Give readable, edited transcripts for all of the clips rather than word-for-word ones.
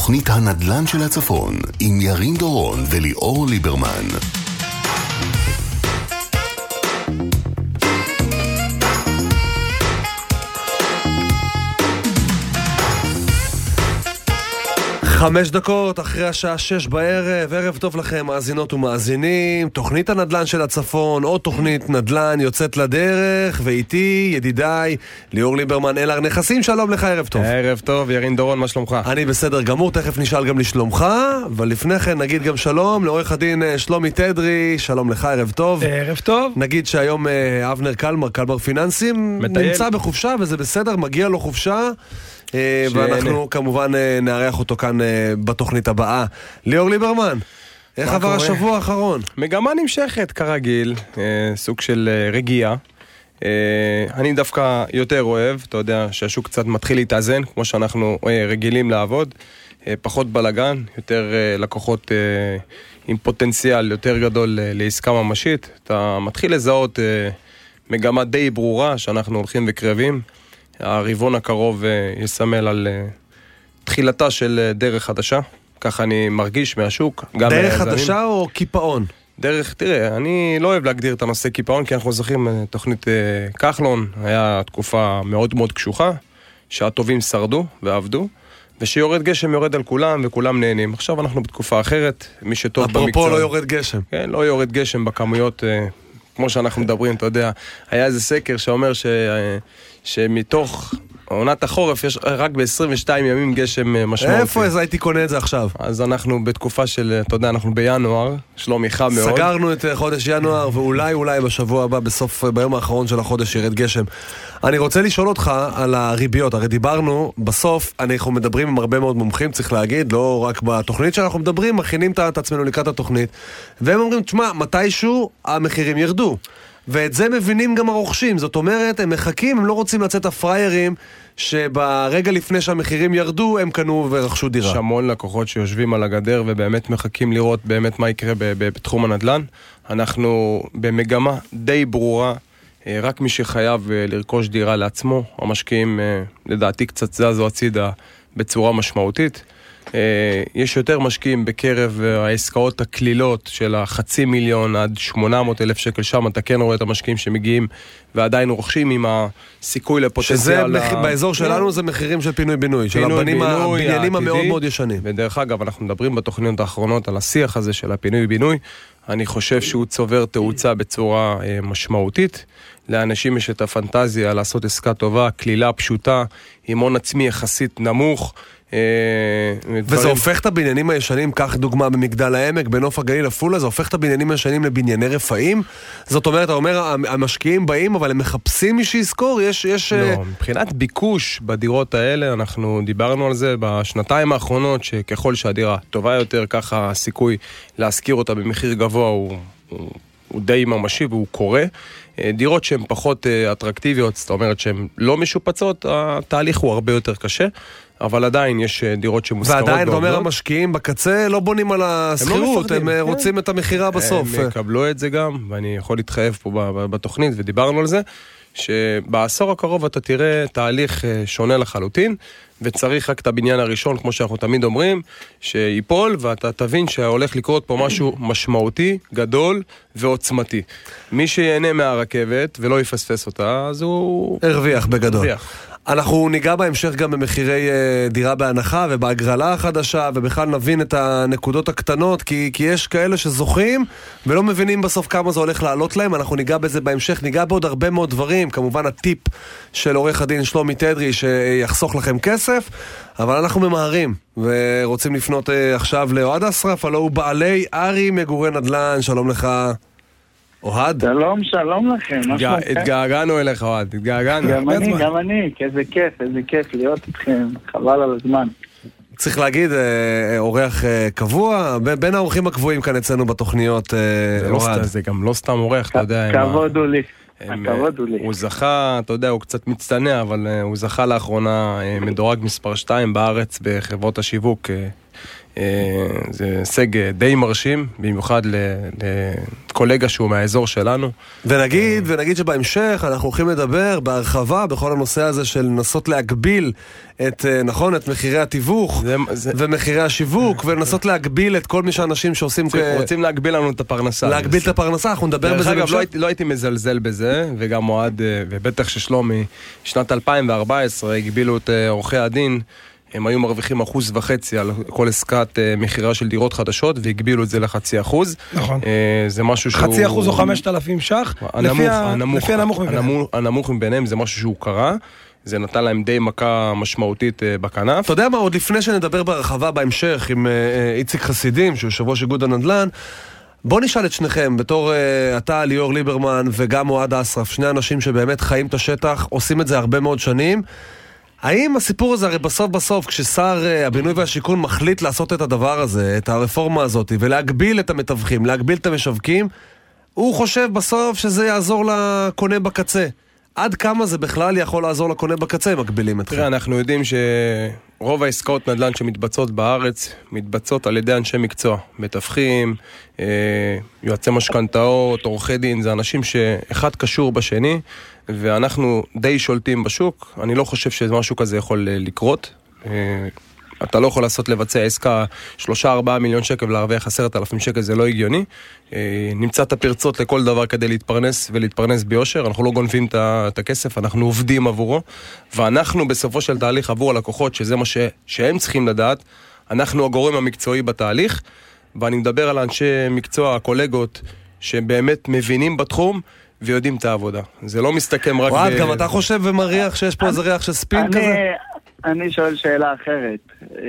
תוכנית הנדל"ן של הצפון עם ירין דורון וליאור ליברמן. חמש דקות אחרי השעה 6 בערב, ערב טוב לכם מאזינות ומאזינים. תוכנית הנדל"ן של הצפון, עוד תוכנית נדל"ן יוצאת לדרך, ואיתי ידידיי ליאור ליברמן, אלר נכסים. שלום לך, ערב טוב. ערב טוב, ירין דורון, מה שלומך? אני בסדר גמור, תכף נשאל גם לשלומך, אבל לפני כן נגיד גם שלום לעורך הדין שלומי תדרי. שלום לך, ערב טוב. ערב טוב. נגיד שהיום אבנר קלמר פיננסים נמצא בחופשה, וזה בסדר, מגיע לו חופשה, ואנחנו כמובן נארח אותו כאן בתוכנית הבאה. ליאור ליברמן, איך עבר השבוע האחרון? מגמה נמשכת כרגיל, סוג של רגיעה. אני דווקא יותר אוהב, אתה יודע שהשוק קצת מתחיל להתאזן, כמו שאנחנו רגילים לעבוד, פחות בלגן, יותר לקוחות עם פוטנציאל יותר גדול לעסקה ממשית. אתה מתחיל לזהות מגמה די ברורה שאנחנו הולכים וקרבים. הרבעון הקרוב יסמל על תחילתה של דרך חדשה, ככה אני מרגיש מהשוק. דרך חדשה או קיפאון? דרך, תראה, אני לא אוהב להגדיר את הנושא קיפאון, כי אנחנו זוכרים תוכנית כחלון, היה תקופה מאוד מאוד קשוחה, שהטובים שרדו ועבדו, ושיורד גשם יורד על כולם וכולם נהנים. עכשיו אנחנו בתקופה אחרת, מי שטוב במקצוע. אפרופו לא יורד גשם. כן, לא יורד גשם בכמויות, כמו שאנחנו מדברים, אתה יודע, היה איזה סקר שאומר שמתוך עונת החורף יש רק ב-22 ימים גשם משמעותי. איפה אז הייתי קונה את זה עכשיו? אז אנחנו בתקופה של, אתה יודע, אנחנו בינואר, שלומי חם מאוד. סגרנו את חודש ינואר, ואולי בשבוע הבא, ביום האחרון של החודש ירד גשם. אני רוצה לשאול אותך על הריביות. הרי דיברנו, בסוף אנחנו מדברים עם הרבה מאוד מומחים, צריך להגיד, לא רק בתוכנית שאנחנו מדברים, מכינים את עצמנו לקראת התוכנית, והם אומרים, תשמע, מתישהו המחירים ירדו. ואת זה מבינים גם הרוכשים, זאת אומרת, הם מחכים, הם לא רוצים לצאת הפריירים שברגע לפני שהמחירים ירדו, הם קנו ורכשו דירה. יש המון לקוחות שיושבים על הגדר ובאמת מחכים לראות באמת מה יקרה בתחום הנדל"ן. אנחנו במגמה די ברורה, רק מי שחייב לרכוש דירה לעצמו, המשקיעים לדעתי קצת זזו הצידה בצורה משמעותית. יש יותר משקיעים בקרב העסקאות הכלילות של ה500,000 עד 800,000 שקל, שם אתה כן רואה את המשקיעים שמגיעים ועדיין רוכשים עם הסיכוי לפוטנציאל. שזה באזור שלנו זה מחירים של פינוי-בינוי, של הבניינים המאוד מאוד ישנים. ודרך אגב, אנחנו מדברים בתוכניות האחרונות על השיח הזה של הפינוי-בינוי, אני חושב שהוא צובר תאוצה בצורה משמעותית. לאנשים יש את הפנטזיה לעשות עסקה טובה, כלילה פשוטה, עם הון עצמי יחסית נמוך, וזה הופך את הבניינים הישנים, כך דוגמה במגדל העמק, בנוף הגליל אפולה, זה הופך את הבניינים הישנים לבנייני רפאים. זאת אומרת, אתה אומר, המשקיעים באים, אבל הם מחפשים מי שיזכור, יש... לא, מבחינת ביקוש בדירות האלה, אנחנו דיברנו על זה בשנתיים האחרונות, שככל שהדירה טובה יותר, ככה הסיכוי להשכיר אותה במחיר גבוה הוא די ממשי והוא קורה. דירות שהן פחות אטרקטיביות, זאת אומרת שהן לא משופצות, התהליך הוא הרבה יותר קשה, אבל עדיין יש דירות שמושכרות. ועדיין, אתה אומר, המשקיעים בקצה לא בונים על הסחירות, הם רוצים את המחירה בסוף. הם יקבלו את זה גם, ואני יכול להתחייב פה בתוכנית, ודיברנו על זה, שבעשור הקרוב אתה תראה תהליך שונה לחלוטין, וצריך רק את הבניין הראשון, כמו שאנחנו תמיד אומרים, שיפול, ואתה תבין שהולך לקרות פה משהו משמעותי, גדול ועוצמתי. מי שיהנה מהרכבת ולא יפספס אותה, אז הוא... הרוויח בגדול. אנחנו ניגע בהמשך גם במחירי דירה בהנחה ובהגרלה החדשה, ובכלל נבין את הנקודות הקטנות, כי יש כאלה שזוכים ולא מבינים בסוף כמה זה הולך לעלות להם. אנחנו ניגע בזה בהמשך, ניגע בעוד הרבה מאוד דברים, כמובן הטיפ של עורך הדין שלומי תדרי שיחסוך לכם כסף, אבל אנחנו ממהרים ורוצים לפנות עכשיו לאוהד אסרף, הלא הוא בעלי ארי מגורי נדל"ן. שלום לך אוהד. שלום לכם. התגעגענו אליך אוהד, התגעגענו. גם אני, איזה כיף להיות איתכם, חבל על הזמן. צריך להגיד, אורח קבוע, בין האורחים הקבועים כאן אצלנו בתוכניות, אוהד. זה גם לא סתם אורח, אתה יודע. הכבוד הוא לי. הוא זכה, אתה יודע, הוא קצת מצטנע, אבל הוא זכה לאחרונה מדורג מספר 2 בארץ בחברות השיווק זה הישג די מרשים, במיוחד לקולגה שהוא מהאזור שלנו. ונגיד שבהמשך אנחנו הולכים לדבר בהרחבה בכל הנושא הזה של לנסות להגביל את מחירי התיווך ומחירי השיווק, ולנסות להגביל את כל מי שאנשים שעושים... רוצים להגביל לנו את הפרנסה. להגביל את הפרנסה, אנחנו נדבר בזה. דרך אגב, לא הייתי מזלזל בזה, וגם מועד, ובטח ששלומי, שנת 2014 הגבילו את עורכי הדין, הם היו מרוויחים 1.5% על כל עסקת מחירה של דירות חדשות, והגבילו את זה ל0.5%. נכון. זה משהו שהוא... 0.5% או 5,000 ש"ח, לפי הנמוך מביניהם. הנמוך מביניהם זה משהו שהוא קרה. זה נתן להם די מכה משמעותית בכנף. אתה יודע מה, עוד לפני שנדבר ברחבה בהמשך עם איציק חסידים, שהוא יושב ראש איגוד הנדל"ן, בוא נשאל את שניכם, בתור אתה, ליאור ליברמן וגם אוהד אסרף, שני אנשים שבאמת חיים את השטח, עושים את זה הרבה מאוד שנים. האם הסיפור הזה, הרי בסוף, כששר הבינוי והשיכון מחליט לעשות את הדבר הזה, את הרפורמה הזאת, ולהגביל את המתווכים, להגביל את המשווקים, הוא חושב בסוף שזה יעזור לקונה בקצה. עד כמה זה בכלל יכול לעזור לקונה בקצה אם מגבילים אתכם? תראה, אנחנו יודעים שרוב העסקאות נדל"ן שמתבצעות בארץ, מתבצעות על ידי אנשי מקצוע, מתווכים, יועצי משכנתאות, עורכי דין, זה אנשים שאחד קשור בשני, ואנחנו די שולטים בשוק. אני לא חושב שמשהו כזה יכול לקרות. אתה לא יכול לבצע עסקה 3-4 מיליון שקל ולהרוויח 10,000 שקל, זה לא הגיוני. נמצא את הפרצות לכל דבר כדי להתפרנס ולהתפרנס ביושר. אנחנו לא גונבים את הכסף, אנחנו עובדים עבורו, ואנחנו בסופו של תהליך עבור הלקוחות, שזה מה שהם צריכים לדעת. אנחנו הגורם המקצועי בתהליך, ואני מדבר על אנשי מקצוע, הקולגות, שבאמת מבינים בתחום ויודעים את העבודה. זה לא מסתכם רק... וואד, גם אתה חושב ומריח שיש פה איזה ריח של ספין כזה? אני שואל שאלה אחרת.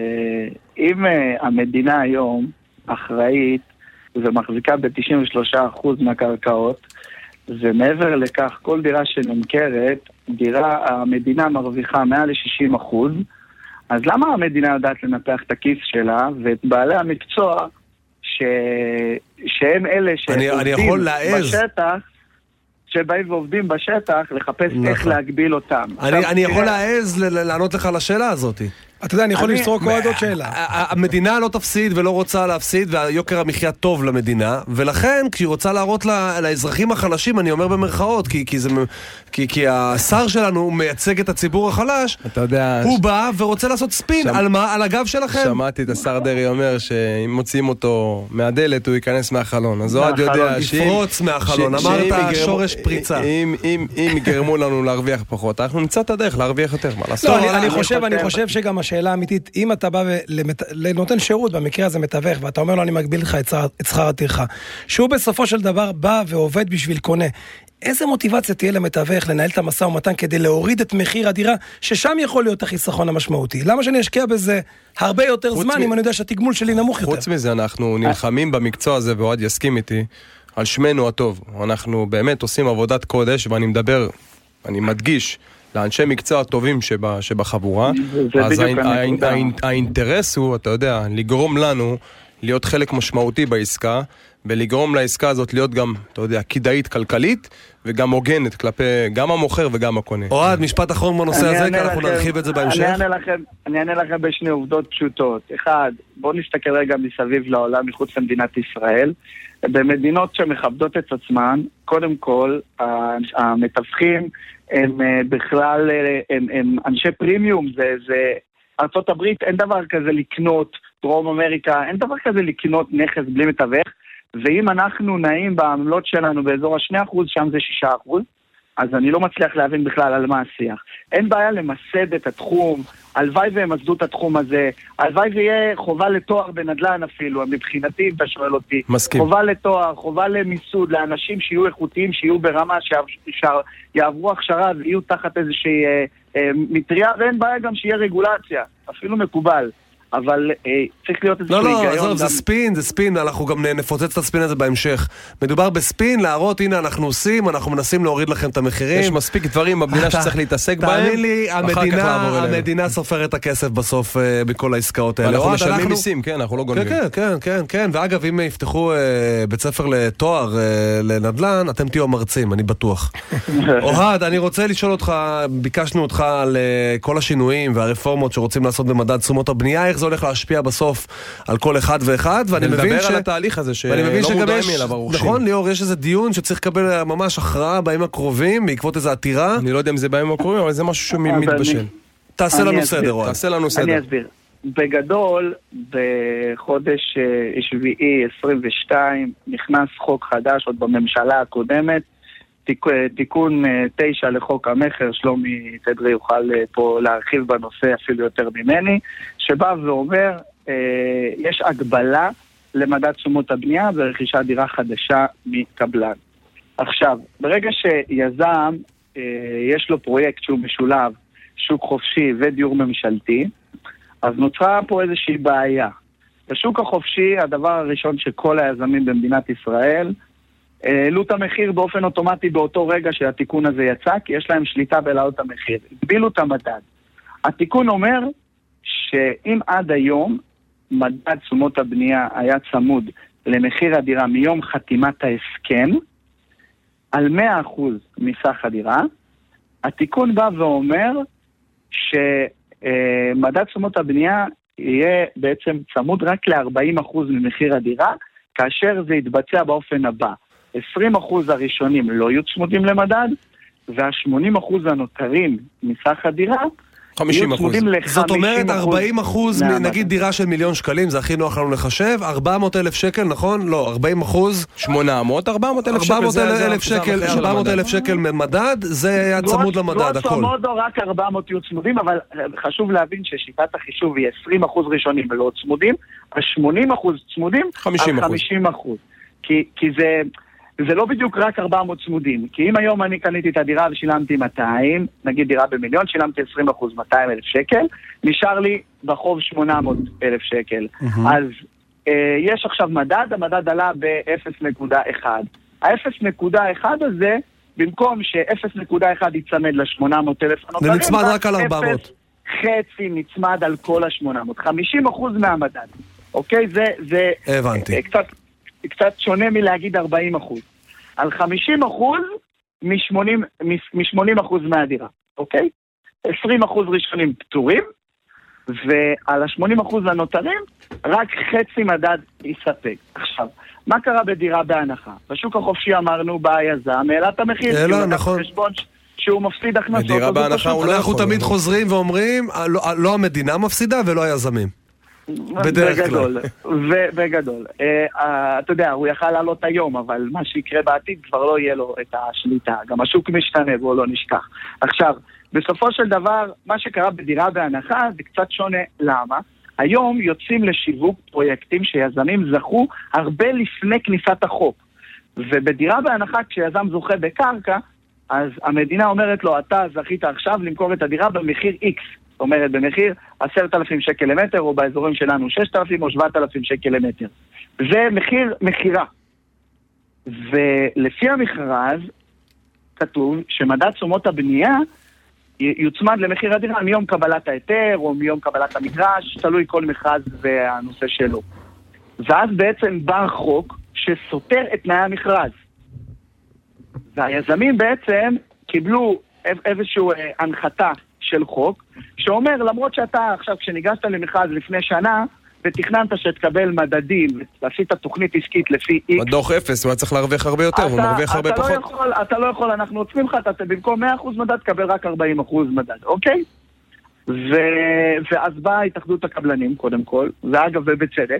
אם המדינה היום אחראית ומחזיקה ב-93% מהקרקעות, ומעבר לכך כל דירה שנמכרת, המדינה מרוויחה מעל ל-60%, אז למה המדינה יודעת לנפח את הכיס שלה, ואת בעלי המקצוע שהם אלה שעובדים בשטח, שבאים ועובדים בשטח, לחפש איך להגביל אותם. אני יכול להעז לענות לך על השאלה הזאת. אתה יודע, אני יכול לסרוק עוד שאלה. המדינה לא תפסיד ולא רוצה להפסיד, והיוקר המחיה טוב למדינה, ולכן כשהיא רוצה להראות לאזרחים החלשים, אני אומר במרכאות, כי השר שלנו מייצג את הציבור החלש, הוא בא ורוצה לעשות ספין, על מה? על הגב שלכם. שמעתי את השר דרי אומר שאם מוצאים אותו מהדלת, הוא ייכנס מהחלון. אז עוד יודע יפרוץ מהחלון, אמרת שורש פריצה. אם יגרמו לנו להרוויח פחות, אנחנו נמצא את הדרך להרוויח יותר. לא, אני חושב שגם השאלה האמיתית, אם אתה בא ונותן שירות, במקרה הזה מתווך, ואתה אומר לו אני מגביל לך את שכר הטרחה, שהוא בסופו של דבר בא ועובד בשביל קונה, איזה מוטיבציה תהיה למתווך לנהל את המשא ומתן כדי להוריד את מחיר הדירה, ששם יכול להיות החיסכון המשמעותי? למה שאני אשקיע בזה הרבה יותר זמן אם אני יודע שהתגמול שלי נמוך יותר? חוץ מזה, אנחנו נלחמים במקצוע הזה, ועוד יסכים איתי, על שמנו הטוב. אנחנו באמת עושים עבודת קודש, ואני מדבר, אני מדגיש, לאנשי מקצוע טובים שבחבורה. אז האינטרס הוא, אתה יודע, לגרום לנו להיות חלק משמעותי בעסקה, ולגרום לעסקה הזאת להיות גם, אתה יודע, כדאית כלכלית, וגם הוגנת כלפי גם המוכר וגם הקונה. אוהד, משפט אחרון בנושא הזה, כי אנחנו נרחיב את זה בהמשך. אני אענה לכם בשני עובדות פשוטות. אחד, בואו נסתכל רגע מסביב לעולם, מחוץ למדינת ישראל. במדינות שמכבדות את עצמן, קודם כל, המתווכים הם בכלל, הם אנשי פרימיום, זה ארצות הברית, אין דבר כזה לקנות, דרום אמריקה, אין דבר כזה לקנות נכס בלי מתווך, ואם אנחנו נעים בעמלות שלנו באזור ה2%, שם זה 6%, אז אני לא מצליח להבין בכלל על מה השיח. אין בעיה למסד את התחום, הלוואי והם מסדו את התחום הזה, הלוואי ויהיה חובה לתואר בנדל"ן אפילו, מבחינתי, אתה שואל אותי. מסכים. חובה לתואר, חובה למיסוד, לאנשים שיהיו איכותיים, שיהיו ברמה, שיעברו הכשרה ויהיו תחת איזושהי מטריה, ואין בעיה גם שיהיה רגולציה, אפילו מקובל. אבל צריך להיות איזשהו היגיון. לא, עזוב, זה ספין, אנחנו גם נפוצץ את הספין הזה בהמשך. מדובר בספין, להראות, הנה אנחנו עושים, אנחנו מנסים להוריד לכם את המחירים. יש מספיק דברים במדינה שצריך להתעסק בהם. תאמין לי, המדינה סופרת את הכסף בסוף בכל העסקאות האלה. אנחנו משלמים מיסים, כן, אנחנו לא גונבים. כן, ואגב, אם יפתחו בית ספר לתואר לנדל"ן, אתם תהיו מרצים, אני בטוח. אוהד, אני רוצה לשאול אותך, ביקשנו אותך על כל השינויים והרפורמות שרוצים לעשות במדד תשומות הבנייה, איך זה הולך להשפיע בסוף על כל אחד ואחד, ואני מבין לדבר על התהליך הזה שלא מודעים אליו הרוכשים. נכון, ליאור, יש איזה דיון שצריך לקבל ממש הכרעה בימים הקרובים, בעקבות איזה עתירה. אני לא יודע אם זה בימים הקרובים, אבל זה משהו שמתבשל. תעשה לנו סדר, אוהד. תעשה לנו סדר. אני אסביר. בגדול, בחודש שביעי 22 נכנס חוק חדש, עוד בממשלה הקודמת, תיקון 9 לחוק המחר, שלומי תדרי יוכל פה להרחיב בנושא אפילו יותר ממני, שבא ואומר, יש הגבלה למדד תשומות הבנייה ורכישת דירה חדשה מקבלן. עכשיו, ברגע שיזם, יש לו פרויקט שהוא משולב, שוק חופשי ודיור ממשלתי, אז נוצרה פה איזושהי בעיה. בשוק החופשי, הדבר הראשון שכל היזמים במדינת ישראל, העלו את המחיר באופן אוטומטי באותו רגע שהתיקון הזה יצא, כי יש להם שליטה בהעלאות המחיר. הגבילו את המדד. התיקון אומר שאם עד היום מדד תשומות הבנייה היה צמוד למחיר הדירה מיום חתימת ההסכם, על 100% מסך הדירה, התיקון בא ואומר שמדד תשומות הבנייה יהיה בעצם צמוד רק ל-40% ממחיר הדירה, כאשר זה יתבצע באופן הבא. 20% הראשונים לא יהיו צמודים למדד, וה-80% הנותרים מסך הדירה, 50%. זאת אומרת 40%, נגיד דירה של 1,000,000 שקלים, זה הכי נוח לנו לחשב, 400,000 שקל, נכון? לא, 40%. 400,000 שקל. 400,000 שקל ממדד, זה היה צמוד למדד, הכל. לא צמוד או רק 400 יהיו צמודים, אבל חשוב להבין ששיטת החישוב היא 20% ראשונים ולא צמודים, ה-80% צמודים, 50%. כי זה לא בדיוק רק 400 צמודים, כי אם היום אני קניתי את הדירה ושילמתי 200, נגיד דירה ב1,000,000, שילמתי 20%, 200,000 שקל, נשאר לי בחוב 800,000 שקל. אז יש עכשיו מדד, המדד עלה ב-0.1. ה-0.1 הזה, במקום ש-0.1 יצמד ל-800,000, זה נצמד רק על 400. חצי נצמד על כל ה-800, 50% מהמדד. אוקיי? זה הבנתי. קצת שונה מלהגיד 40%. על 50% מ-80% מהדירה, אוקיי? 20% ראשונים פטורים, ועל ה-80% הנותרים, רק חצי מדד יספק. עכשיו, מה קרה בדירה בהנחה? בשוק החופשי אמרנו, ביזם, העלה את המחיר. אלא, נכון. שהוא מפסיד הכנסות. בדירה בהנחה הוא לא יכול. אנחנו תמיד חוזרים ואומרים, לא המדינה מפסידה ולא היזמים. בדרך כלל. בגדול. אתה יודע, הוא יכל לעלות היום, אבל מה שיקרה בעתיד כבר לא יהיה לו את השליטה. גם השוק משתנה והוא לא נשכח. עכשיו, בסופו של דבר, מה שקרה בדירה בהנחה זה קצת שונה. למה? היום יוצאים לשיווק פרויקטים שיזמים זכו הרבה לפני כניסת החוק. ובדירה בהנחה, כשיזם זוכה בקרקע, אז המדינה אומרת לו, אתה זכית עכשיו למכור את הדירה במחיר X. זאת אומרת, במחיר 10,000 שקל למטר, או באזורים שלנו 6,000 או 7,000 שקל למטר. זה מחיר מחירה. ולפי המכרז, כתוב שמדד תשומות הבנייה יוצמד למחיר הדירה מיום קבלת ההיתר, או מיום קבלת המגרש, תלוי כל מכרז והנושא שלו. ואז בעצם בא החוק שסותר את תנאי המכרז. והיזמים בעצם קיבלו איזושהי הנחתה של חוק, שאומר, למרות שאתה עכשיו, כשניגשת למכרז לפני שנה, ותכננת שתקבל מדדים, ועשית תוכנית עסקית לפי X. בדוח 0, הוא היה צריך להרוויח הרבה יותר, הוא מרוויח הרבה פחות. אתה לא יכול, אנחנו עוצמים לך, אתה במקום 100% מדד, תקבל רק 40% מדד, אוקיי? ואז באה התאחדות הקבלנים, קודם כל, ואגב, ובצדק,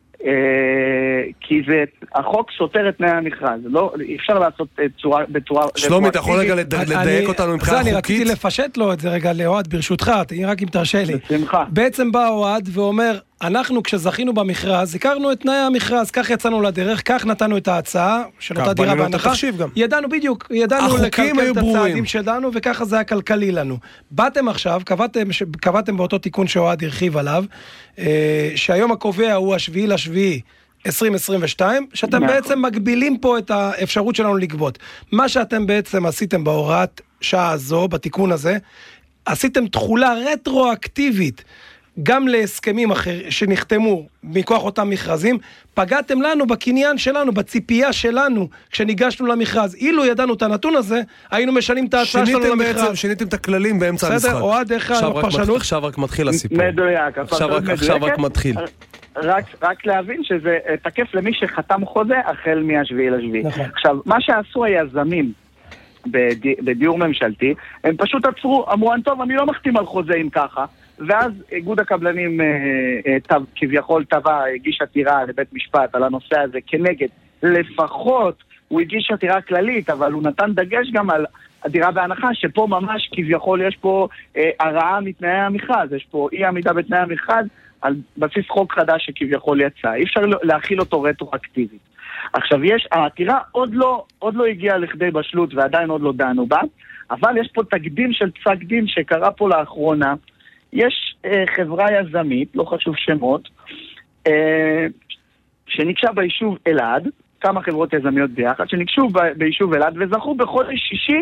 כי החוק סותר את תנאי המכרז, אי אפשר לעשות בצורה... שלומי, אתה יכול רגע לדייק אותנו מבחינה חוקית? אני רציתי לפשט לו את זה רגע לאוהד, ברשותך, רק אם תרשה לי. בשמחה. בעצם בא אוהד ואומר, אנחנו כשזכינו במכרז, הכרנו את תנאי המכרז, כך יצאנו לדרך, כך נתנו את ההצעה של אותה דירה בהנחה. ידענו בדיוק, ידענו לקלקל את הצעדים שלנו, וככה זה היה כלכלי לנו. באתם עכשיו, קבעתם באותו תיקון שאוהד הרחיב עליו, שהיום הקובע הוא 7/7/2022, שאתם בעצם מגבילים פה את האפשרות שלנו לגבות. מה שאתם בעצם עשיתם בהוראת שעה הזו, בתיקון הזה, עשיתם תחולה רטרואקטיבית, גם להסכמים שנחתמו מכוח אותם מכרזים, פגעתם לנו בקניין שלנו, בציפייה שלנו, כשניגשנו למכרז. אילו ידענו את הנתון הזה, היינו משנים את ההצעה שלנו למכרז. שיניתם את הכללים באמצע המשחק. בסדר, אוהד, איך הפרשנות? עכשיו רק מתחיל הסיפור. מדויק. עכשיו רק מתחיל. רק להבין שזה תקף למי שחתם חוזה החל מ7/7. נכון. עכשיו, מה שעשו היזמים בדיור ממשלתי, הם פשוט עצרו, אמרו, טוב, אני לא מחתים על חוזים ככה, ואז איגוד הקבלנים כביכול טבע, הגיש עתירה לבית משפט על הנושא הזה כנגד, לפחות הוא הגיש עתירה כללית, אבל הוא נתן דגש גם על הדירה בהנחה, שפה ממש כביכול יש פה הרעה מתנאי המכרז, יש פה אי עמידה בתנאי המכרז, על בסיס חוק חדש שכביכול יצא, אי אפשר להכיל אותו רטרואקטיבית. עכשיו העתירה עוד לא הגיעה לכדי בשלות ועדיין עוד לא דנו בה, אבל יש פה תקדים של פסק דין שקרה פה לאחרונה. יש חברה יזמית, לא חשוב שמות, שנקשה ביישוב אלעד, כמה חברות יזמיות ביחד, שנקשו ביישוב אלעד וזכו בחודש שישי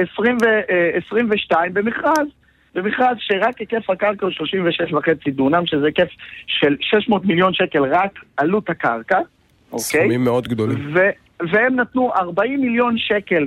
22 במכרז שרק היקף הקרקע הוא 36.5 דונם, שזה היקף של 600 מיליון שקל רק עלות הקרקע. סכומים מאוד גדולים. והם נתנו 40 מיליון שקל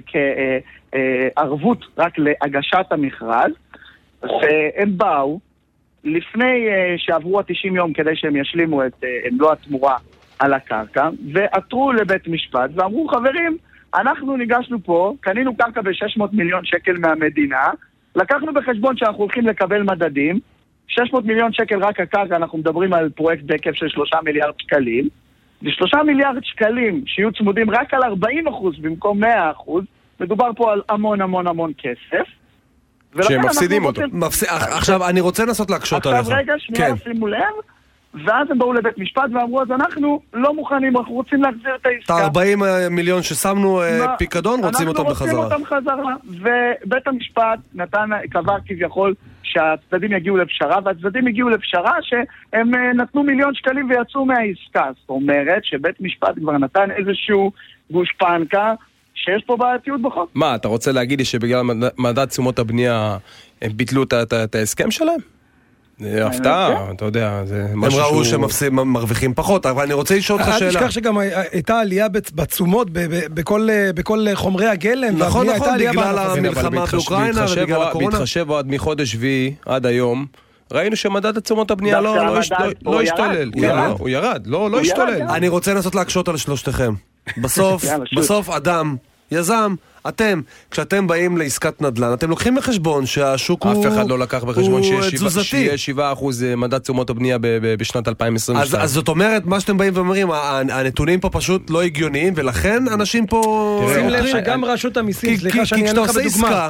כערבות רק להגשת המכרז, והם באו לפני שעברו 90 יום כדי שהם ישלימו את מלוא התמורה על הקרקע, ועתרו לבית משפט ואמרו, חברים, אנחנו ניגשנו פה, קנינו קרקע ב-600 מיליון שקל מהמדינה, לקחנו בחשבון שאנחנו הולכים לקבל מדדים, 600 מיליון שקל רק הקרקע, אנחנו מדברים על פרויקט בהיקף של 3 מיליארד שקלים, ו3 מיליארד שקלים שיהיו צמודים רק על 40% במקום 100%, מדובר פה על המון המון המון כסף. שהם מפסידים אותו. עכשיו, אני רוצה לנסות להקשות עליך. עכשיו רגע, שנייה, שימו לב, ואז הם באו לבית משפט ואמרו, אז אנחנו לא מוכנים, אנחנו רוצים להחזיר את העסקה. את 40 מיליון ששמנו פיקדון, רוצים אותם בחזרה. אנחנו רוצים אותם חזרה. ובית המשפט קבע כביכול שהצדדים יגיעו לפשרה, והצדדים הגיעו לפשרה שהם נתנו מיליון שקלים ויצאו מהעסקה. זאת אומרת שבית משפט כבר נתן איזשהו גושפנקה שיש פה בעייתיות בחוק. מה, אתה רוצה להגיד לי שבגלל מדד תשומות הבנייה הם ביטלו את ההסכם שלהם? זה הפתעה, אתה יודע, זה משהו הם ראו שהם מרוויחים פחות, אבל אני רוצה לשאול אותך שאלה. אל תשכח שגם הייתה עלייה בתשומות בכל חומרי הגלם. נכון, בגלל המלחמה באוקראינה ובגלל הקורונה. בהתחשב עד מחודש שביעי עד היום, ראינו שמדד תשומות הבנייה לא השתולל. הוא ירד, לא השתולל. אני רוצה לנסות להקשות על שלושתכם. בסוף אדם, יזם, כשאתם באים לעסקת נדל"ן, אתם לוקחים בחשבון שהשוק הוא תזוזתי. אף אחד לא לקח בחשבון שיש 7% מדד תשומות הבנייה בשנת 2022. אז זאת אומרת, מה שאתם באים ואומרים, הנתונים פה פשוט לא הגיוניים, ולכן אנשים פה... שים לב שגם רשות המיסים, סליחה שאני אענה לך בדוגמה.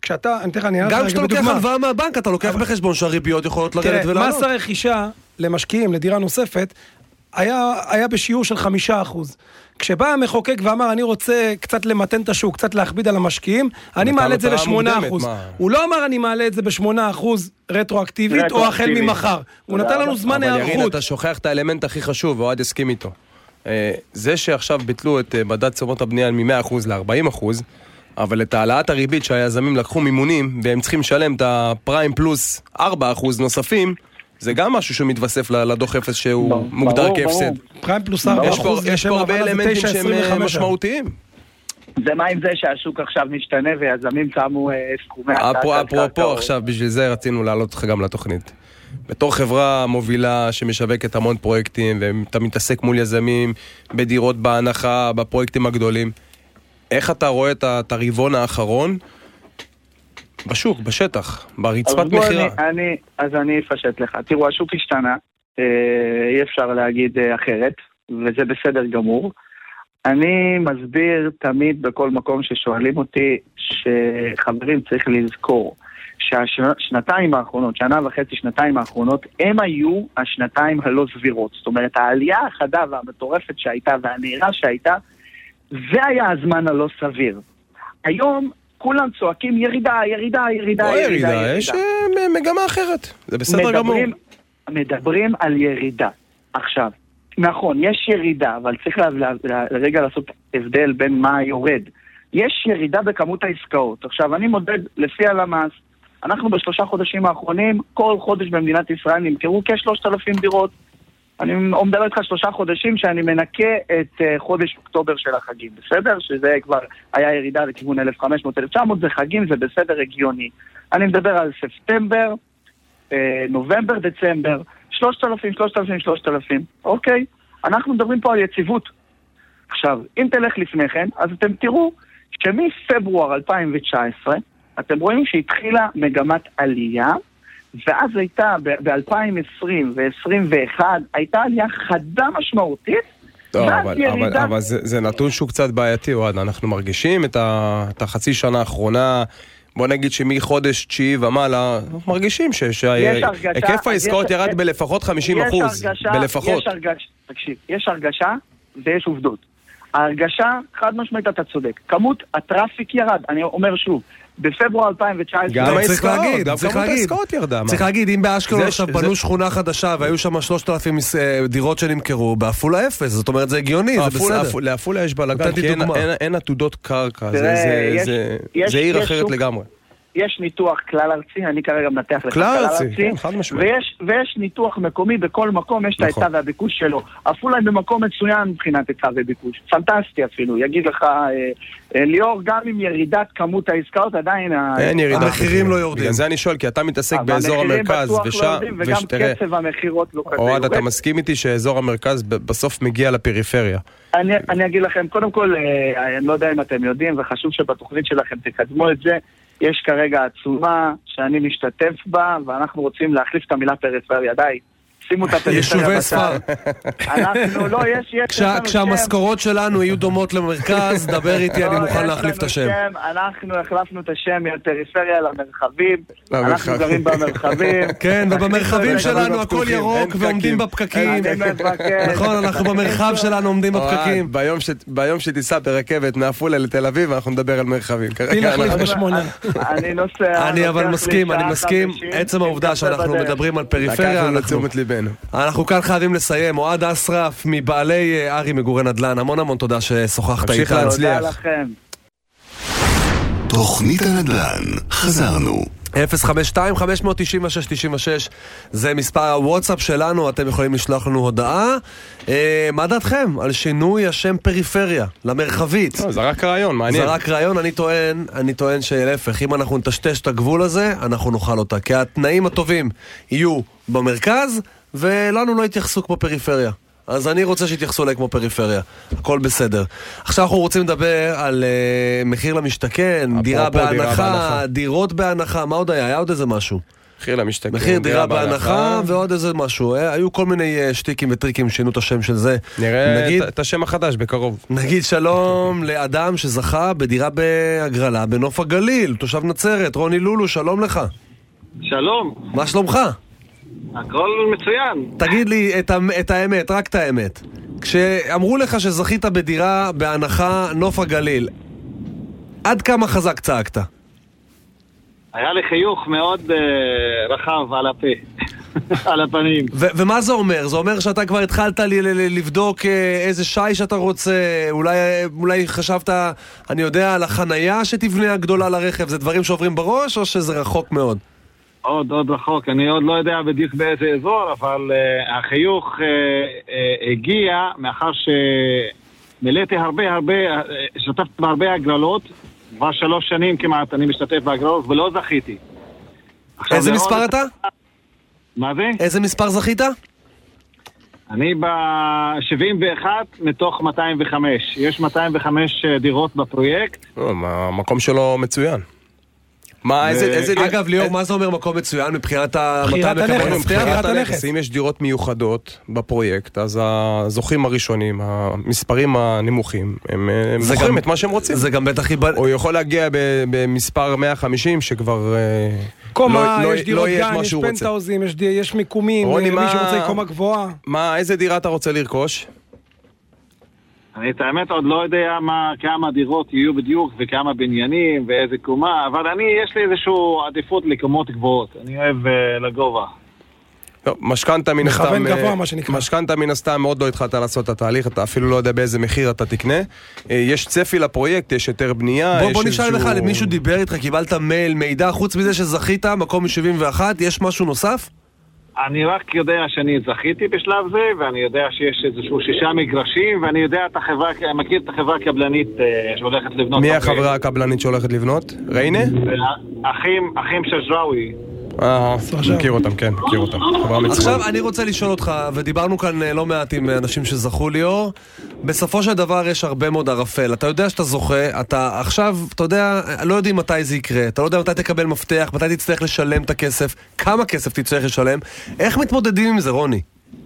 גם כשאתה לוקח הלוואה מהבנק, אתה לוקח בחשבון שהריביות יכולות לרדת ולעלות. מס הרכישה למשקיעים, לדירה נוספת, היה בשיעור של 5%. כשבא המחוקק ואמר, אני רוצה קצת למתן את השוק, קצת להכביד על המשקיעים, אני מעלה את זה ל8%. הוא לא אמר, אני מעלה את זה ב8% רטרואקטיבית, או החל ממחר. הוא נתן לנו זמן הערכות. אבל ירין, אתה שוכח את האלמנט הכי חשוב, ואוהד הסכים איתו. זה שעכשיו ביטלו את מדד תשומות הבנייה מ100% ל40%, אבל את העלאת הריבית שהיזמים לקחו מימונים, והם צריכים לשלם את הפריים פלוס 4% נוספים, זה גם משהו שמתווסף לדוח אפס שהוא מוגדר כהפסד. פריים פלוס 4%. יש פה הרבה אלמנטים שהם משמעותיים. זה מה עם זה שהשוק עכשיו משתנה ויזמים שמו סכומי אפרופו עכשיו, בשביל זה רצינו להעלות אותך גם לתוכנית. בתור חברה מובילה שמשווקת המון פרויקטים, ואתה מתעסק מול יזמים בדירות בהנחה, בפרויקטים הגדולים, איך אתה רואה את הרבעון האחרון בשוק, בשטח, ברצפת מחירה? אז אני אפשט לך. תראו, השוק השתנה, אי אפשר להגיד אחרת, וזה בסדר גמור. אני מסביר תמיד בכל מקום ששואלים אותי, שחברים צריך לזכור, שהשנתיים האחרונות, שנה וחצי, שנתיים האחרונות, הם היו השנתיים הלא סבירות. זאת אומרת, העלייה החדה והמטורפת שהייתה והנהירה שהייתה, זה היה הזמן הלא סביר. היום כולם צועקים ירידה, ירידה, ירידה, לא ירידה, יש מגמה אחרת, זה בסדר גמור. מדברים על ירידה. עכשיו, נכון, יש ירידה, אבל צריך לרגע לעשות הבדל בין מה יורד. יש ירידה בכמות העסקאות. עכשיו, אני מודד לפי הלמ"ס, אנחנו בשלושה חודשים האחרונים, כל חודש במדינת ישראל נמכרו כ-3,000 דירות. אני מדבר איתך 3 חודשים שאני מנקה את חודש אוקטובר של החגים, בסדר? שזה כבר היה ירידה לכיוון 1,500-1,900, זה חגים, זה בסדר הגיוני. אני מדבר על ספטמבר, נובמבר, דצמבר, 3,000, אוקיי? אנחנו מדברים פה על יציבות. עכשיו, אם תלך לפני כן, אז אתם תראו שמפברואר 2019, אתם רואים שהתחילה מגמת עלייה, ואז הייתה ב-2020 ו-2021, הייתה עלייה חדה משמעותית, אבל זה נתון שהוא קצת בעייתי, אוהד. אנחנו מרגישים את החצי שנה האחרונה, בוא נגיד שמחודש 9 ומעלה, אנחנו מרגישים שהיקף העסקאות ירד בלפחות 50%. בלפחות. תקשיב, יש הרגשה ויש עובדות. ההרגשה, חד משמעית אתה צודק. כמות הטראפיק ירד, אני אומר שוב, בפברואר 2019... גם העסקאות ירדה. צריך להגיד, אם באשקלון עכשיו בנו שכונה חדשה והיו שם 3,000 דירות שנמכרו, בעפולה 0, זאת אומרת זה הגיוני, זה בסדר. לעפולה יש בלגן, כי אין עתודות קרקע, זה עיר אחרת לגמרי. יש ניתוח כלל ארצי, אני כרגע מנתח לך כלל ארצי, ויש ניתוח מקומי, בכל מקום יש את ההיצע והביקוש שלו. אפילו במקום מצוין מבחינת היצע וביקוש, פנטסטי אפילו, יגיד לך ליאור, גם עם ירידת כמות העסקאות עדיין המחירים לא יורדים. בגלל זה אני שואל, כי אתה מתעסק באזור המרכז, וגם קצב המחירות לא כזה. אוהד, אתה מסכים איתי שאזור המרכז בסוף מגיע לפריפריה? אני אגיד לכם, קודם כל, אני לא יודע אם אתם יודעים, וחשוב שבתוכנית שלכם תקדמו את זה, יש כרגע עצומה שאני משתתף בה, ואנחנו רוצים להחליף את המילה פריפריה. די, שימו את הפריפריה יישובי ספר. אנחנו, לא, יש... כשהמשכורות שלנו יהיו דומות למרכז, דבר איתי, אני מוכן להחליף את השם. אנחנו החלפנו את השם מהפריפריה למרחבים, אנחנו גרים במרחבים. כן, ובמרחבים שלנו הכל ירוק ועומדים בפקקים. נכון, אנחנו במרחב שלנו עומדים בפקקים. ביום שתיסע ברכבת מעפולה לתל אביב, אנחנו נדבר על מרחבים. אני אבל מסכים, עצם העובדה שאנחנו מדברים על פריפריה, אנחנו כאן חייבים לסיים. אוהד אסרף מבעלי ארי מגורי נדל"ן, המון תודה ששוחחת איתנו. תודה לכם. תוכנית הנדל"ן, חזרנו. 052-596-96 זה מספר הוואטסאפ שלנו, אתם יכולים לשלוח לנו הודעה. מה דעתכם על שינוי השם פריפריה למרחבית? זה רק רעיון, מעניין. זה רק רעיון, אני טוען שלהפך, אם אנחנו נטשטש את הגבול הזה, אנחנו נאכל אותה, כי התנאים הטובים יהיו במרכז, ולנו לא יתייחסו כמו פריפריה. אז אני רוצה שיתייחסו אליי כמו פריפריה. הכל בסדר. עכשיו אנחנו רוצים לדבר על מחיר למשתכן, דירה בהנחה, דירות בהנחה, מה עוד היה? היה עוד איזה משהו? מחיר למשתכן, מחיר דירה בהנחה ועוד איזה משהו. היו כל מיני שטיקים וטריקים שינו את השם של זה. נראה את השם החדש בקרוב. נגיד שלום לאדם שזכה בדירה בהגרלה בנוף הגליל, תושב נצרת, רוני לולו, שלום לך. שלום. מה שלומך? הכל מצוין. תגיד לי את האמת, רק את האמת. כשאמרו לך שזכית בדירה בהנחה נוף הגליל, עד כמה חזק צעקת? היה לי חיוך מאוד רחב על הפה, על הפנים. ומה זה אומר? זה אומר שאתה כבר התחלת לבדוק איזה שי שאתה רוצה, אולי חשבת, אני יודע, על החנייה שתבנה הגדולה לרכב, זה דברים שעוברים בראש או שזה רחוק מאוד? עוד רחוק, אני עוד לא יודע בדיוק באיזה אזור, אבל החיוך הגיע מאחר שמילאתי הרבה, השתתפתי בהרבה הגרלות, כבר 3 שנים כמעט אני משתתף בהגרלות ולא זכיתי. איזה מספר אתה? מה זה? איזה מספר זכית? אני ב-71 מתוך 205, יש 205 דירות בפרויקט. המקום שלו מצוין. אגב ליאור, מה זה אומר מקום מצוין מבחינת מבחינת הנכס? אם יש דירות מיוחדות בפרויקט, אז הזוכים הראשונים, המספרים הנמוכים, הם זוכים את מה שהם רוצים. זה גם בטח או יכול להגיע במספר 150 שכבר קומה, יש דירות גן, יש פנטאוזים, יש מיקומים, מי שרוצה קומה גבוהה. איזה דירה אתה רוצה לרכוש? אני את האמת עוד לא יודע כמה דירות יהיו בדיוק וכמה בניינים ואיזה קומה, אבל יש לי איזושהי עדיפות לקומות גבוהות, אני אוהב לגובה. לא, משכנתה מן הסתם, מכוון גבוה מה שנקרא. משכנתה מן הסתם מאוד לא התחלת לעשות את התהליך, אתה אפילו לא יודע באיזה מחיר אתה תקנה. יש צפי לפרויקט, יש יותר בנייה. בוא נשאל לך, מישהו דיבר איתך, קיבלת מייל, מידע, חוץ מזה שזכית, מקום מ-71, יש משהו נוסף? אני רק יודע שאני זכיתי בשלב זה, ואני יודע שיש איזשהו 6 מגרשים, ואני יודע מכיר את החברה הקבלנית שהולכת לבנות. מי החברה הקבלנית שהולכת לבנות? ריינה? אחים שג'ראוי. מכיר אותם, כן, מכיר אותם. עכשיו אני רוצה לשאול אותך, ודיברנו כאן לא מעט עם אנשים שזכו ליאור, בסופו של דבר יש הרבה מאוד ערפל. אתה יודע שאתה זוכה, אתה עכשיו, אתה יודע, לא יודעים מתי זה יקרה, אתה לא יודע מתי תקבל מפתח, מתי תצטרך לשלם את הכסף, כמה כסף תצטרך לשלם. איך מתמודדים עם זה, רוני?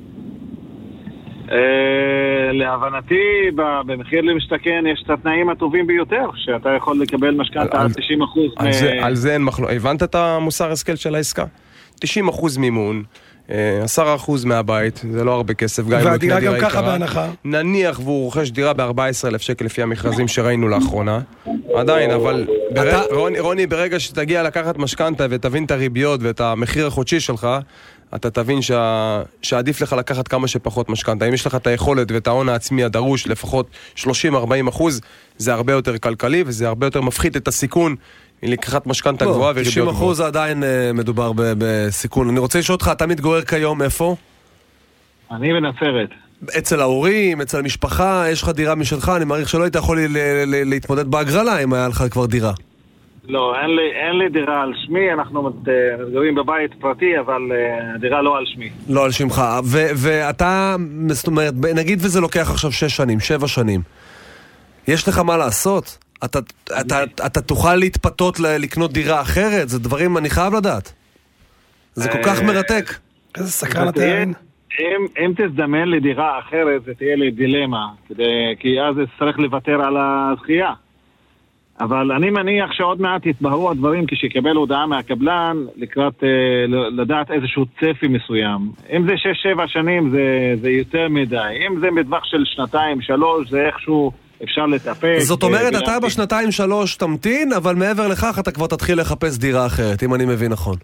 להבנתי, במחיר למשתכן יש את התנאים הטובים ביותר, שאתה יכול לקבל משכנתה על 90%. על זה אין מחלוקת. הבנת את המוסר השכל של העסקה? 90% מימון, 10% מהבית, זה לא הרבה כסף. והדירה גם ככה בהנחה. נניח והוא רוכש דירה ב-14,000 שקל לפי המכרזים שראינו לאחרונה. עדיין, אבל רוני, ברגע שתגיע לקחת משכנתה ותבין את הריביות ואת המחיר החודשי שלך, אתה תבין שעדיף לך לקחת כמה שפחות משכנתה. אם יש לך את היכולת ואת ההון העצמי הדרוש, לפחות 30-40%, זה הרבה יותר כלכלי, וזה הרבה יותר מפחית את הסיכון מלקחת משכנתה גבוהה וריביות גבוהות. 90% עדיין מדובר בסיכון. אני רוצה לשאול אותך, אתה מתגורר כיום איפה? אני בנצרת. אצל ההורים, אצל המשפחה, יש לך דירה משלך, אני מעריך שלא היית יכול להתמודד בהגרלה אם היה לך כבר דירה. לא, אין לי דירה על שמי, אנחנו מתגוררים בבית פרטי, אבל דירה לא על שמי. לא על שמך, ואתה, זאת אומרת, נגיד וזה לוקח עכשיו 6 שנים, 7 שנים, יש לך מה לעשות? אתה תוכל להתפתות לקנות דירה אחרת? זה דברים אני חייב לדעת. זה כל כך מרתק. איזה סקרן אתה יין. אם תזדמן לי דירה אחרת, זה תהיה לי דילמה, כי אז צריך לוותר על הזכייה. אבל אני מניח שעוד מעט יתבהרו הדברים כשיקבל הודעה מהקבלן לקראת לדעת איזשהו צפי מסוים. אם זה 6-7 שנים זה יותר מדי. אם זה בטווח של 2-3 זה איכשהו אפשר לטפל. זאת אומרת, אתה ב2-3 תמתין, אבל מעבר לכך אתה כבר תתחיל לחפש דירה אחרת, אם אני מבין נכון.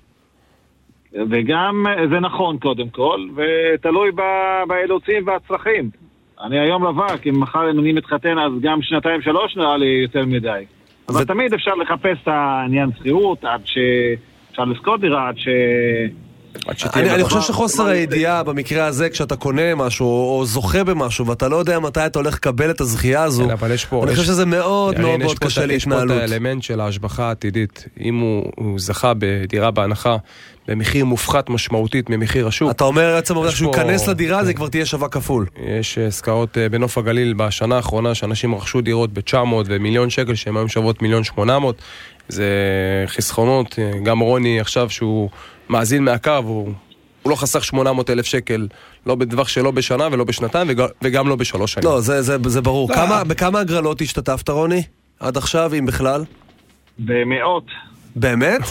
וגם זה נכון קודם כל, ותלוי באילוצים והצרכים. אני היום רווק, אם מחר אני מתחתן אז גם 2-3 נראה לי יותר מדי. אבל תמיד אפשר לחפש את העניין שכירות, עד שאפשר לזכור דירה, עד אני חושב שחוסר הידיעה במקרה הזה, כשאתה קונה משהו או זוכה במשהו, ואתה לא יודע מתי אתה הולך לקבל את הזכייה הזו, אני חושב שזה מאוד מאוד מאוד קשה להתנהלות. יש פה את האלמנט של ההשבחה העתידית. אם הוא זכה בדירה בהנחה, במחיר מופחת משמעותית ממחיר השוק. אתה אומר עצם העובדה שהוא ייכנס לדירה, זה כבר תהיה שווה כפול. יש עסקאות בנוף הגליל בשנה האחרונה, שאנשים רכשו דירות ב-900 ומיליון שקל, שהן היום שוות 1,800,000. זה חסכונות. גם רוני עכשיו שהוא מאזין מהקו, הוא לא חסך 800,000 שקל, לא בטווח שלו בשנה ולא בשנתיים, וגם לא ב3 שנים. לא, זה ברור. בכמה הגרלות השתתפת, רוני? עד עכשיו, אם בכלל? במאות. באמת?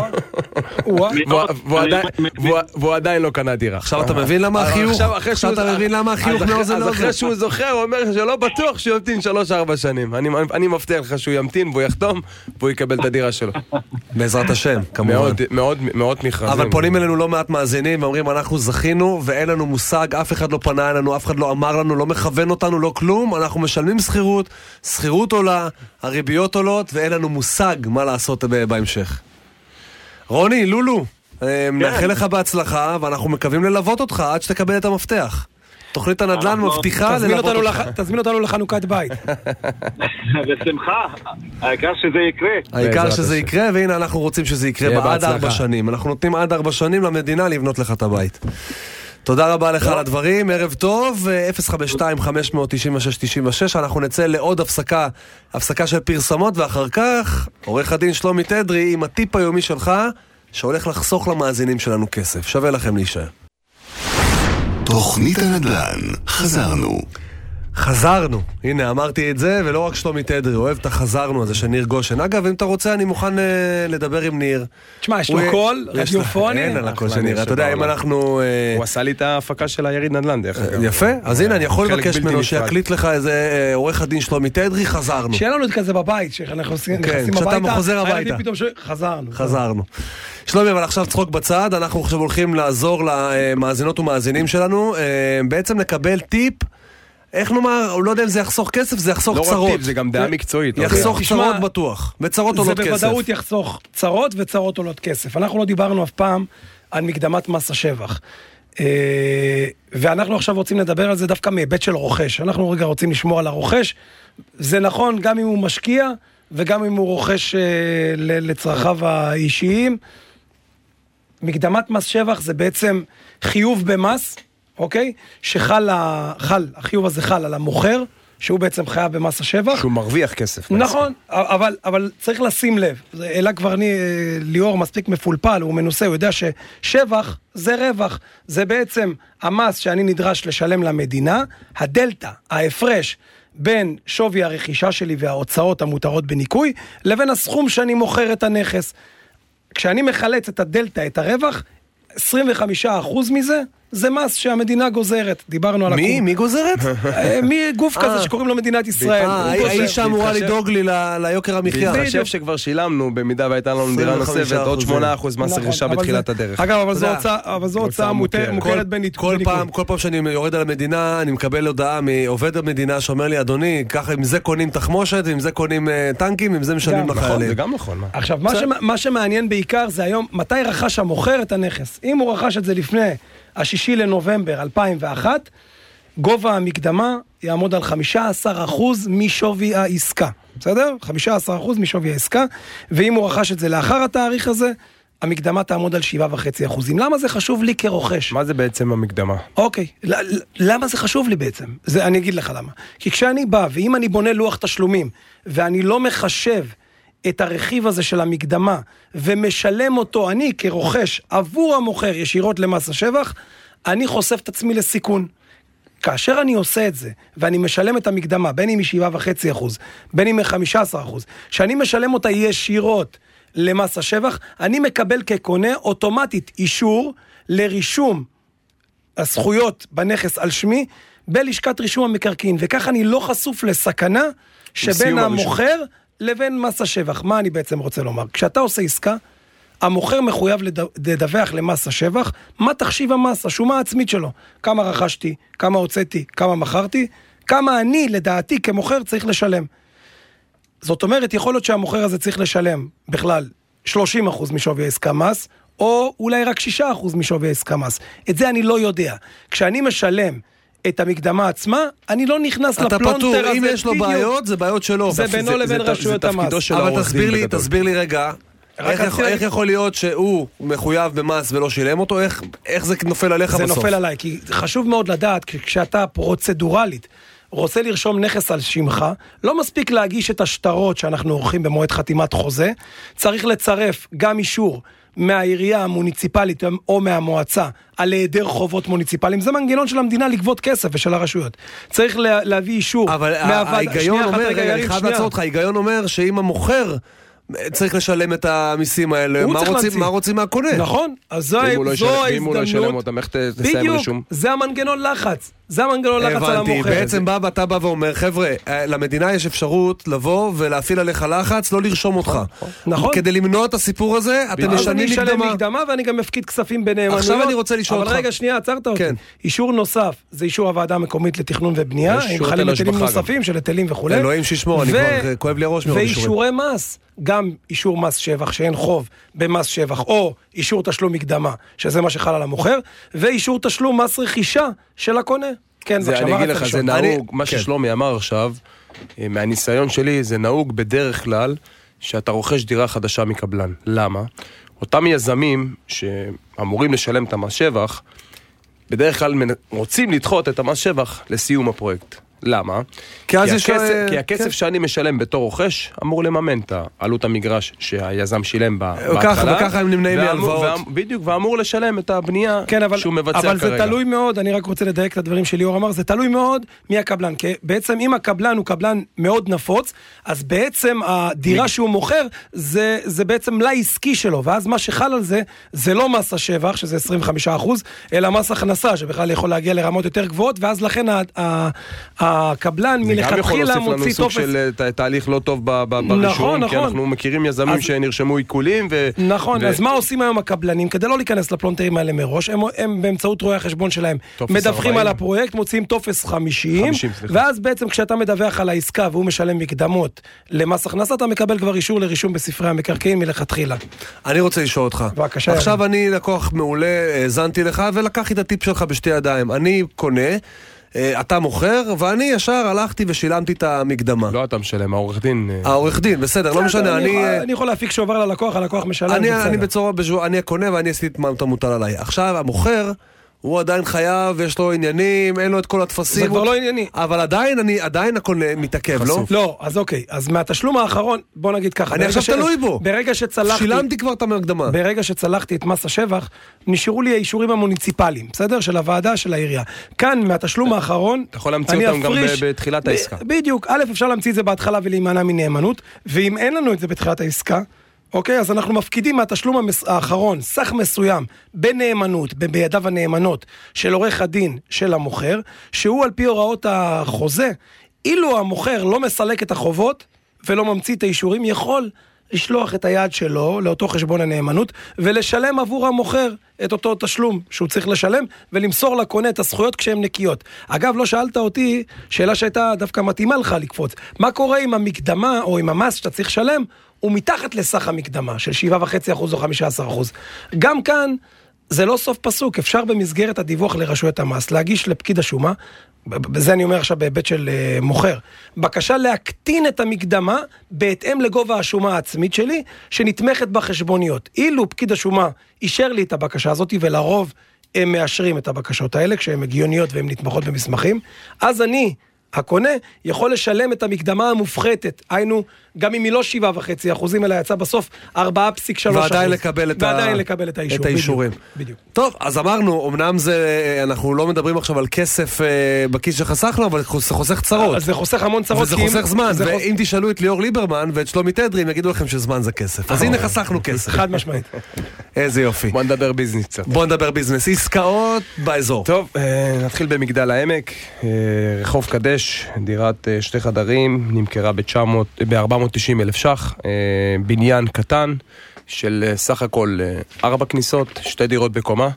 והוא עדיין לא קנה דירה. עכשיו אתה מבין למה החיוך? עכשיו אתה מבין למה החיוך מאוזן לאוזן? אז אחרי שהוא זוכר, הוא אומר שלא בטוח שהוא ימתין 3-4 שנים. אני מבטיח לך שהוא ימתין והוא יחתום והוא יקבל את הדירה שלו. בעזרת השם, כמובן. מאוד מכרזים. אבל פונים אלינו לא מעט מאזינים ואומרים אנחנו זכינו ואין לנו מושג, אף אחד לא פנה אלינו, אף אחד לא אמר לנו, לא מכוון אותנו, לא כלום. אנחנו משלמים שכירות, שכירות עולה, הריביות עולות ואין לנו מושג מה לעשות בהמשך. רוני, לולו, מאחל לך בהצלחה, ואנחנו מקווים ללוות אותך עד שתקבל את המפתח. תוכנית הנדל"ן מבטיחה ללוות אותך. תזמין אותנו לחנוכת בית. בשמחה, העיקר שזה יקרה. העיקר שזה יקרה, והנה אנחנו רוצים שזה יקרה בעד 4 שנים. אנחנו נותנים עד 4 שנים למדינה לבנות לך את הבית. תודה רבה לך על הדברים, ערב טוב, 052-596-96, אנחנו נצא לעוד הפסקה של פרסמות, ואחר כך עורך הדין שלומי תדרי עם הטיפ היומי שלך, שהולך לחסוך למאזינים שלנו כסף. שווה לכם להישאר. תוכנית הנדל"ן, חזרנו. חזרנו, הנה אמרתי את זה, ולא רק שלומי תדרי, אוהב את החזרנו הזה של ניר גושן. אגב, אם אתה רוצה, אני מוכן לדבר עם ניר. תשמע, יש לו קול, רדיופוני. אין על הקול של ניר, אתה יודע, אם אנחנו... הוא עשה לי את ההפקה של היריד נדל"ן, דרך אגב. יפה, אז הנה, אני יכול לבקש ממנו שיקליט לך איזה עורך הדין שלומי תדרי, חזרנו. שיהיה לנו את כזה בבית, שאנחנו נכנסים הביתה, חזרנו. שלומי, אבל עכשיו צחוק בצד, אנחנו עכשיו הולכים לעזור למאזינות ומאזינים שלנו, בעצם לקבל טיפ, איך נאמר, לא יודע אם זה יחסוך כסף, זה יחסוך צרות. לא רק טיפ, זה גם דעה מקצועית. יחסוך צרות בטוח, וצרות עולות כסף. זה בוודאות יחסוך צרות וצרות עולות כסף. אנחנו לא דיברנו אף פעם על מקדמת מס השבח. ואנחנו עכשיו רוצים לדבר על זה דווקא מהיבט של רוכש. אנחנו רגע רוצים לשמור על הרוכש. זה נכון גם אם הוא משקיע, וגם אם הוא רוכש לצרכיו האישיים. מקדמת מס שבח זה בעצם חיוב במס, אוקיי? החיוב הזה חל על המוכר, שהוא בעצם חייב במס השבח. שהוא מרוויח כסף. נכון, אבל צריך לשים לב. אלא כבר ליאור מספיק מפולפל, הוא מנוסה, הוא יודע ששבח זה רווח. זה בעצם המס שאני נדרש לשלם למדינה, הדלטה, ההפרש, בין שווי הרכישה שלי וההוצאות המותרות בניקוי, לבין הסכום שאני מוכר את הנכס. כשאני מחלץ את הדלטה, את הרווח, 25% מזה, זה מס שהמדינה גוזרת. דיברנו על הקום. מי גוזרת? מי גוף כזה שקוראים לו מדינת ישראל. האיש אמורה לדאוג לי ליוקר המחיה. אני חושב שכבר שילמנו, במידה והייתה לנו דירה נוספת, עוד 8% מס רכישה בתחילת הדרך. אגב, אבל זו הוצאה מוכרת בניקוי. כל פעם שאני יורד על המדינה, אני מקבל הודעה מעובד המדינה שאומר לי, אדוני, ככה עם זה קונים תחמושת, עם זה קונים טנקים, עם זה משלמים לחיילים. זה גם נכון. עכשיו, מה שמעניין בעיקר זה היום, מתי רכש המוכר את הנכס. אם הוא רכש את זה לפני 6 לנובמבר 2001, גובה המקדמה יעמוד על 15% משווי העסקה. בסדר? 15% משווי העסקה, ואם הוא רכש את זה לאחר התאריך הזה, המקדמה תעמוד על 7.5%. למה זה חשוב לי כרוכש? מה זה בעצם המקדמה? אוקיי, למה זה חשוב לי בעצם? אני אגיד לך למה. כי כשאני בא, ואם אני בונה לוח תשלומים, ואני לא מחשב את הרכיב הזה של המקדמה, ומשלם אותו אני כרוכש עבור המוכר ישירות למס השבח, אני חושף את עצמי לסיכון. כאשר אני עושה את זה, ואני משלם את המקדמה, בין אם היא 7.5%, בין אם היא 15%, שאני משלם אותה ישירות למס השבח, אני מקבל כקונה אוטומטית אישור לרישום הזכויות בנכס על שמי, בלשכת רישום המקרקעין, וכך אני לא חשוף לסכנה שבין המוכר לבין מס השבח. מה אני בעצם רוצה לומר? כשאתה עושה עסקה, המוכר מחויב לדווח למס השבח, מה תחשיב המס, השומה העצמית שלו. כמה רכשתי, כמה הוצאתי, כמה מכרתי, כמה אני, לדעתי, כמוכר צריך לשלם. זאת אומרת, יכול להיות שהמוכר הזה צריך לשלם בכלל 30% משווי העסקה מס, או אולי רק 6% משווי העסקה מס. את זה אני לא יודע. כשאני משלם את המקדמה עצמה, אני לא נכנס לפלונטר הזה. אתה פטור, אם יש לו בעיות, זה בעיות שלו. זה בינו לבין רשויות המס. אבל תסביר לי רגע, איך יכול להיות שהוא מחויב במס ולא שילם אותו? איך זה נופל עליך בסוף? זה נופל עליי, כי חשוב מאוד לדעת, כשאתה פרוצדורלית רוצה לרשום נכס על שמך, לא מספיק להגיש את השטרות שאנחנו עורכים במועד חתימת חוזה, צריך לצרף גם אישור מהעירייה המוניציפלית או מהמועצה על היעדר חובות מוניציפליים. זה מנגנון של המדינה לגבות כסף ושל הרשויות. צריך להביא אישור. אבל ההיגיון אומר, אני חייב לעצור אותך, ההיגיון אומר שאם המוכר צריך לשלם את המיסים האלה, מה רוצים מהקונה? נכון, אז זו ההזדמנות. ואם הוא לא ישלם אותם, איך תסיים רישום? זה המנגנון לחץ. זה המנגנון לחץ על המוכר. בעצם אתה בא ואומר, חבר'ה, למדינה יש אפשרות לבוא ולהפעיל עליך לחץ, לא לרשום אותך. נכון. כדי למנוע את הסיפור הזה, אתם משלמים מקדמה, ואני גם מפקיד כספים בנאמנויות. עכשיו אני רוצה לשאול אותך. אבל רגע, שנייה, עצרת אותי. אישור נוסף, זה אישור הוועדה המקומית לתכנון ובנייה, עם חלים היטלים נוספים של היטלים וכו'. אלוהים שישמור, אני כבר כואב לי הראש מרוב אישורים. ואישורי מס, גם אישור מס שבח שאין חוב במס שבח, או אישור תשלום מקדמה, שזה מה שחל על המוכר, ואישור תשלום מס רכישה של הקונה. כן, זה, אני אגיד לך, זה נהוג, מה ששלומי אמר עכשיו, מהניסיון שלי, זה נהוג בדרך כלל, שאתה רוכש דירה חדשה מקבלן. למה? אותם יזמים שאמורים לשלם את המס שבח, בדרך כלל רוצים לדחות את המס שבח לסיום הפרויקט. למה? כי הכסף שאני משלם בתור רוכש אמור לממן את עלות המגרש שהיזם שילם בהתחלה. וככה הם נמנעים מהלוואות. בדיוק, ואמור לשלם את הבנייה שהוא מבצע כרגע. אבל זה תלוי מאוד, אני רק רוצה לדייק את הדברים שליאור אמר, זה תלוי מאוד מי הקבלן. כי בעצם אם הקבלן הוא קבלן מאוד נפוץ, אז בעצם הדירה שהוא מוכר, זה בעצם מלאי עסקי שלו, ואז מה שחל על זה, זה לא מס השבח, שזה 25%, אלא מס הכנסה, שבכלל יכול להגיע לרמות יותר גבוהות, ואז לכן הקבלן מלכתחילה מוציא טופס. זה גם יכול להוסיף לנו סוג של תהליך לא טוב ברישום, כי אנחנו מכירים יזמים שנרשמו עיקולים. נכון, אז מה עושים היום הקבלנים? כדי לא להיכנס לפלונטרים האלה מראש, הם באמצעות רואי החשבון שלהם מדווחים על הפרויקט, מוציאים טופס 50, ואז בעצם כשאתה מדווח על העסקה והוא משלם מקדמות למס הכנסה, אתה מקבל כבר אישור לרישום בספרי המקרקעין מלכתחילה. אני רוצה לשאול אותך. בבקשה. עכשיו אני לקוח מעולה, האזנתי לך ולקחתי את הטיפ שלך בשתי ידיים. אני קונה, אתה מוכר, ואני ישר הלכתי ושילמתי את המקדמה. לא אתה משלם, העורך דין. העורך דין, בסדר, לא משנה. אני יכול להפיק שעובר ללקוח, הלקוח משלם. אני קונה ואני עשיתי את המוטל עליי. עכשיו המוכר, הוא עדיין חייב, יש לו עניינים, אין לו את כל התפסים. זה כבר לא ענייני. אבל עדיין הקונה מתעכב, לא? לא, אז אוקיי. אז מהתשלום האחרון, בוא נגיד ככה. אני עכשיו תלוי בו. ברגע שצלחתי... שילמתי כבר את המקדמה. ברגע שצלחתי את מס השבח, נשארו לי האישורים המוניציפליים, בסדר? של הוועדה, של העירייה. כאן, מהתשלום האחרון... אתה יכול להמציא אותם גם בתחילת העסקה. בדיוק. א', אפשר להמציא את זה בהתחלה ולהימנע מנאמנות, ואם אין לנו את זה בתחילת העסקה, אוקיי, אז אנחנו מפקידים מהתשלום האחרון, סך מסוים, בנאמנות, בידיו הנאמנות של עורך הדין של המוכר, שהוא על פי הוראות החוזה, אילו המוכר לא מסלק את החובות ולא ממציא את האישורים, יכול לשלוח את היד שלו לאותו חשבון הנאמנות, ולשלם עבור המוכר את אותו תשלום שהוא צריך לשלם, ולמסור לקונה את הזכויות כשהן נקיות. אגב, לא שאלת אותי, שאלה שהייתה דווקא מתאימה לך לקפוץ. מה קורה עם המקדמה או עם המס שאתה צריך לשלם, הוא מתחת לסך המקדמה של 7.5% או 15%. גם כאן, זה לא סוף פסוק, אפשר במסגרת הדיווח לרשויות המס, להגיש לפקיד השומה, בזה אני אומר עכשיו בהיבט של מוכר, בקשה להקטין את המקדמה בהתאם לגובה השומה העצמית שלי, שנתמכת בחשבוניות. אילו פקיד השומה אישר לי את הבקשה הזאת, ולרוב הם מאשרים את הבקשות האלה, כשהן הגיוניות והן נתמכות במסמכים, אז אני, הקונה, יכול לשלם את המקדמה המופחתת, היינו, גם אם היא לא 7.5%, אלא יצא בסוף 4.3%. ועדיין לקבל את האישורים. בדיוק. טוב, אז אמרנו, אמנם אנחנו לא מדברים עכשיו על כסף בכיס שחסכנו, אבל זה חוסך צרות. זה חוסך המון צרות. וזה חוסך זמן, ואם תשאלו את ליאור ליברמן ואת שלומי תדרי, הם יגידו לכם שזמן זה כסף. אז הנה חסכנו כסף. חד משמעית. איזה יופי. בוא נדבר ביזנס קצת. בוא נדבר ביזנס. עסקאות באזור. טוב, נתחיל במגדל העמק. רחוב קדש, דירת 2 חדרים, נמכרה ב-490,000 ש"ח, בניין קטן של סך הכל 4 כניסות, 2 דירות בקומה,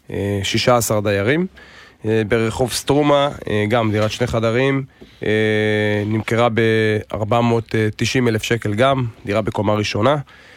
16 דיירים. ברחוב סטרומה, גם דירת 2 חדרים, נמכרה ב-490,000 שקל גם, דירה בקומה ראשונה.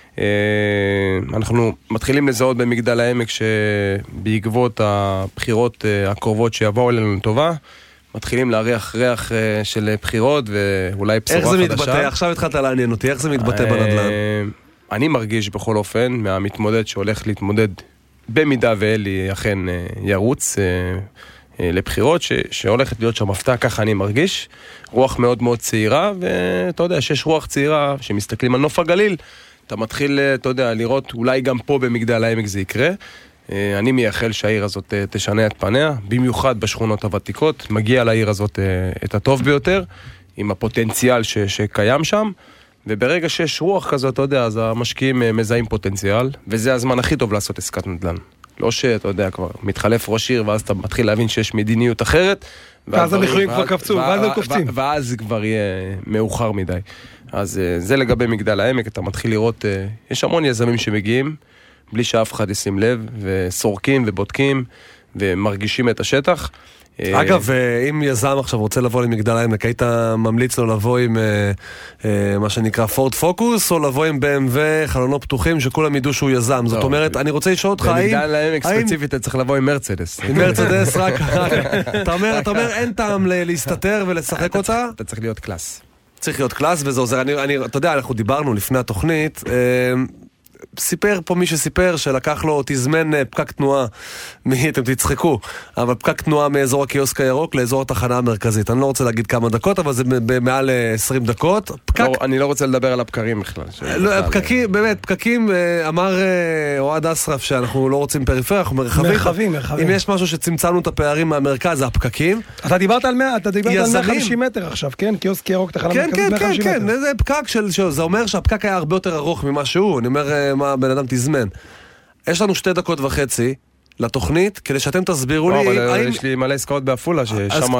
אנחנו מתחילים לזהות במגדל העמק שבעקבות הבחירות הקרובות שיבואו אלינו לטובה, מתחילים להריח ריח של בחירות ואולי בשורה חדשה. איך זה מתבטא? עכשיו התחלת לעניין אותי, איך זה מתבטא בנדל"ן? אני מרגיש בכל אופן מהמתמודד שהולך להתמודד במידה ואלי אכן ירוץ לבחירות, שהולכת להיות שם הפתעה, ככה אני מרגיש. רוח מאוד מאוד צעירה, ואתה יודע שיש רוח צעירה שמסתכלים על נוף הגליל, אתה מתחיל, אתה יודע, לראות אולי גם פה במגדל העמק זה יקרה. אני מייחל שהעיר הזאת תשנה את פניה, במיוחד בשכונות הוותיקות, מגיע לעיר הזאת את הטוב ביותר, עם הפוטנציאל שקיים שם, וברגע שיש רוח כזאת, אתה יודע, אז המשקיעים מזהים פוטנציאל, וזה הזמן הכי טוב לעשות עסקת נדל"ן. לא שאתה יודע, כבר מתחלף ראש עיר, ואז אתה מתחיל להבין שיש מדיניות אחרת, ואז המחירים כבר קפצו, ואז הם קופצים. ואז כבר יהיה מאוחר מדי. אז זה לגבי מגדל העמק, אתה מתחיל לראות, יש המון יזמים שמגיעים, בלי שאף אחד ישים לב, וסורקים ובודקים, ומרגישים את השטח. אגב, אם יזם עכשיו רוצה לבוא למגדל העמק, היית ממליץ לו לבוא עם מה שנקרא פורד פוקוס, או לבוא עם BMW, חלונות פתוחים, שכולם ידעו שהוא יזם. זאת אומרת, אני רוצה לשאול אותך, במגדל העמק ספציפית, אתה צריך לבוא עם מרצדס. עם מרצדס, רק... אתה אומר, אין טעם להסתתר ולשחק אותה? אתה צריך להיות קלאס. צריך להיות קלאס, וזה עוזר. אתה יודע, אנחנו דיברנו לפני התוכנית, סיפר פה מי שסיפר שלקח לו, תזמן פקק תנועה, אתם תצחקו, אבל פקק תנועה מאזור הקיוסק הירוק לאזור התחנה המרכזית. אני לא רוצה להגיד כמה דקות, אבל זה במעל 20 דקות. אני לא רוצה לדבר על הפקרים בכלל. פקקים, באמת, פקקים, אמר אוהד אסרף שאנחנו לא רוצים פריפריה, אנחנו מרחבים. אם יש משהו שצמצמנו את הפערים מהמרכז, זה הפקקים. אתה דיברת על 150 מטר עכשיו, כן? קיוסק ירוק, תחנה מרכזית 150 מטר. כן, זה פקק זה אומר שהפקק היה הרבה יותר ארוך ממה שהוא. אני אומר, מה בן אדם תזמן. יש לנו 2.5 דקות לתוכנית, כדי שאתם תסבירו לי... אבל יש לי מלא עסקאות באפולה, ששם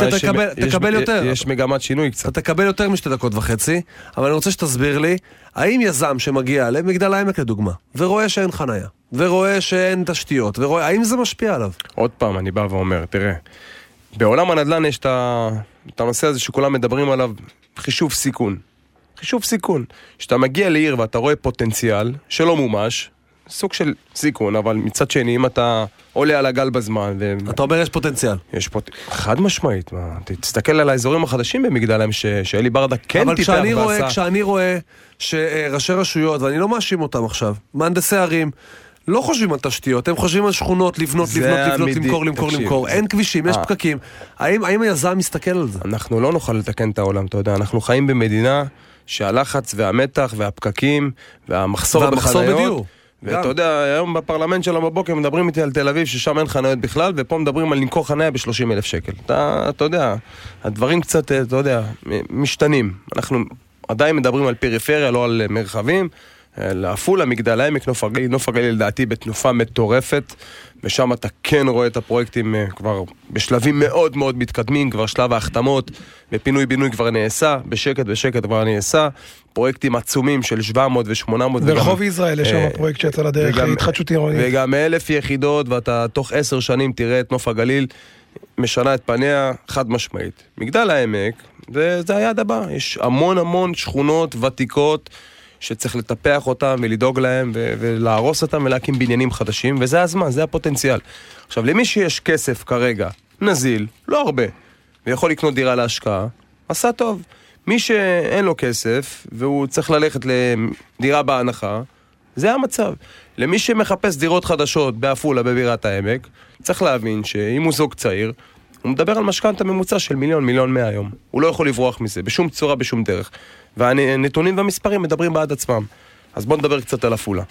יש מגמת שינוי קצת. אתה תקבל יותר מ2.5 דקות, אבל אני רוצה שתסביר לי, האם יזם שמגיע למגדל העמק לדוגמה, ורואה שאין חנייה, ורואה שאין תשתיות, האם זה משפיע עליו? עוד פעם, אני בא ואומר, תראה, בעולם הנדל"ן יש את הנושא הזה שכולם מדברים עליו, חישוב סיכון. חישוב סיכון. כשאתה מגיע לעיר ואתה רואה פוטנציאל שלא מומש, סוג של סיכון, אבל מצד שני, אם אתה עולה על הגל בזמן... אתה אומר יש פוטנציאל. חד משמעית, תסתכל על האזורים החדשים במגדל העמק, שאלי ברדה כן טיפח ועשה. אבל כשאני רואה שראשי רשויות, ואני לא מאשים אותם עכשיו, מהנדסי ערים, לא חושבים על תשתיות, הם חושבים על שכונות, לבנות, למכור, אין כבישים, יש פקקים. האם היזם מסתכל על זה? אנחנו לא נוכל לתקן את העולם, אתה יודע, אנחנו חיים במדינה שהלחץ והמתח והפקקים והמחסור בחניות, ואתה יודע, היום בפרלמנט שלנו בבוקר מדברים איתי על תל אביב ששם אין חניות בכלל, ופה מדברים על למכור חניה ב-30,000 שקל. אתה יודע, הדברים קצת, אתה יודע, משתנים. אנחנו עדיין מדברים על פריפריה, לא על מרחבים. לעפולה, מגדל העמק, נוף הגליל לדעתי בתנופה מטורפת, ושם אתה כן רואה את הפרויקטים כבר בשלבים מאוד מאוד מתקדמים, כבר שלב ההחתמות, בפינוי בינוי כבר נעשה, בשקט כבר נעשה, פרויקטים עצומים של 700 ו-800. ברחוב ישראל יש שם פרויקט שיצא לדרך, התחדשות עירונית. וגם 1,000 יחידות, ואתה תוך 10 שנים תראה את נוף הגליל, משנה את פניה חד משמעית. מגדל העמק, זה היעד הבא, יש המון שכונות ותיקות, שצריך לטפח אותם ולדאוג להם ולהרוס אותם ולהקים בניינים חדשים, וזה הזמן, זה הפוטנציאל. עכשיו, למי שיש כסף כרגע, נזיל, לא הרבה, ויכול לקנות דירה להשקעה, עשה טוב. מי שאין לו כסף, והוא צריך ללכת לדירה בהנחה, זה המצב. למי שמחפש דירות חדשות בעפולה, בבירת העמק, צריך להבין שאם הוא זוג צעיר, הוא מדבר על משכנתא ממוצע של 1,100,000 היום. הוא לא יכול לברוח מזה, בשום צורה, בשום דרך. והנתונים והמספרים מדברים בעד עצמם. אז בואו נדבר קצת על עפולה.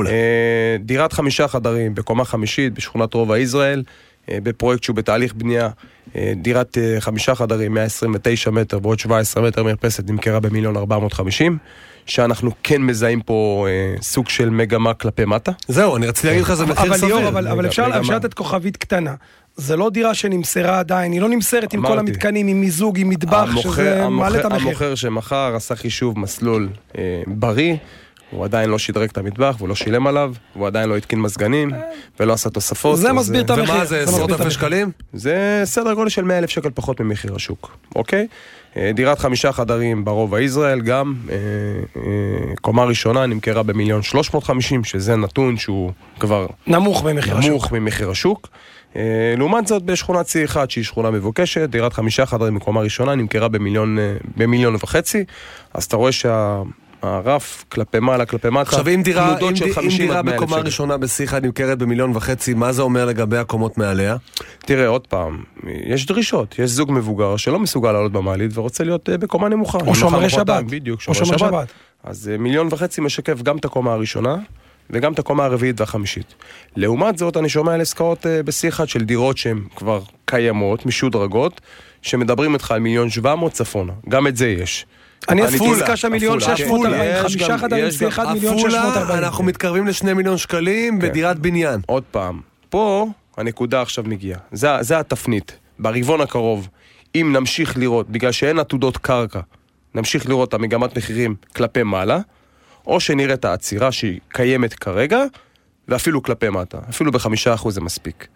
דירת 5 חדרים בקומה חמישית בשכונת רובע ישראל, בפרויקט שהוא בתהליך בנייה, דירת 5 חדרים 129 מטר ועוד 17 מטר מרפסת נמכרה ב1,450,000, שאנחנו כן מזהים פה סוג של מגמה כלפי מטה. זהו, אני רציתי להגיד לך זה מחיר סביר. אבל אפשר לתת כוכבית קטנה. זה לא דירה שנמסרה עדיין, היא לא נמסרת עם כל המתקנים, עם מיזוג, עם מטבח, שזה מעלה את המחיר. המוכר שמחר עשה חישוב מסלול בריא, הוא עדיין לא שדרג את המטבח, והוא לא שילם עליו, הוא עדיין לא התקין מזגנים, ולא עשה תוספות. זה מסביר את המחיר. ומה זה, 10,000 שקלים? זה סדר גודל של 100,000 שקל פחות ממחיר השוק, אוקיי? דירת 5 חדרים ברובע ישראל, גם קומה ראשונה נמכרה ב1,350,000, שזה נתון שהוא כבר נמוך ממחיר השוק. לעומת זאת בשכונת C1 שהיא שכונה מבוקשת, דירת 5 חדרים מקומה ראשונה נמכרה ב1,500,000, אז אתה רואה שהרף כלפי מעלה, כלפי מטה, עכשיו אם דירה בקומה ראשונה ב-C1 נמכרת ב1,500,000, מה זה אומר לגבי הקומות מעליה? תראה עוד פעם, יש דרישות, יש זוג מבוגר שלא מסוגל לעלות במעלית ורוצה להיות בקומה נמוכה. או שומרי שבת. בדיוק, שומרי שבת. אז 1,500,000 משקף גם את הקומה הראשונה, וגם את הקומה הרביעית והחמישית. לעומת זאת, אני שומע על עסקאות ב-C1 של דירות שהן כבר קיימות, משודרגות, שמדברים איתך על 1,700,000 צפונה. גם את זה יש. אני עשיתי עסקה של 1,640,000, 5 חדרים C1 1,640,000. אנחנו מתקרבים ל2 מיליון שקלים בדירת בניין. עוד פעם, פה הנקודה עכשיו מגיעה. זה התפנית. ברבעון הקרוב, אם נמשיך לראות, בגלל שאין עתודות קרקע, נמשיך לראות את המגמת מחירים כלפי מעלה, או שנראה את העצירה שהיא קיימת כרגע, ואפילו כלפי מטה. אפילו ב5% זה מספיק.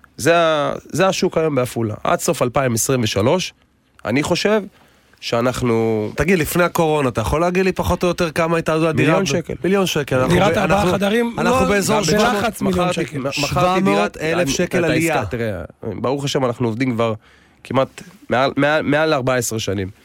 זה השוק היום בעפולה. עד סוף 2023, אני חושב שאנחנו... תגיד, לפני הקורונה, אתה יכול להגיד לי פחות או יותר כמה הייתה דירה? 1,000,000 שקל. 1,000,000 שקל. דירת 4 חדרים, אנחנו באזור 700,000 שקל. 700,000 שקל עלייה. תראה, ברוך השם אנחנו עובדים כבר כמעט מעל 14 שנים.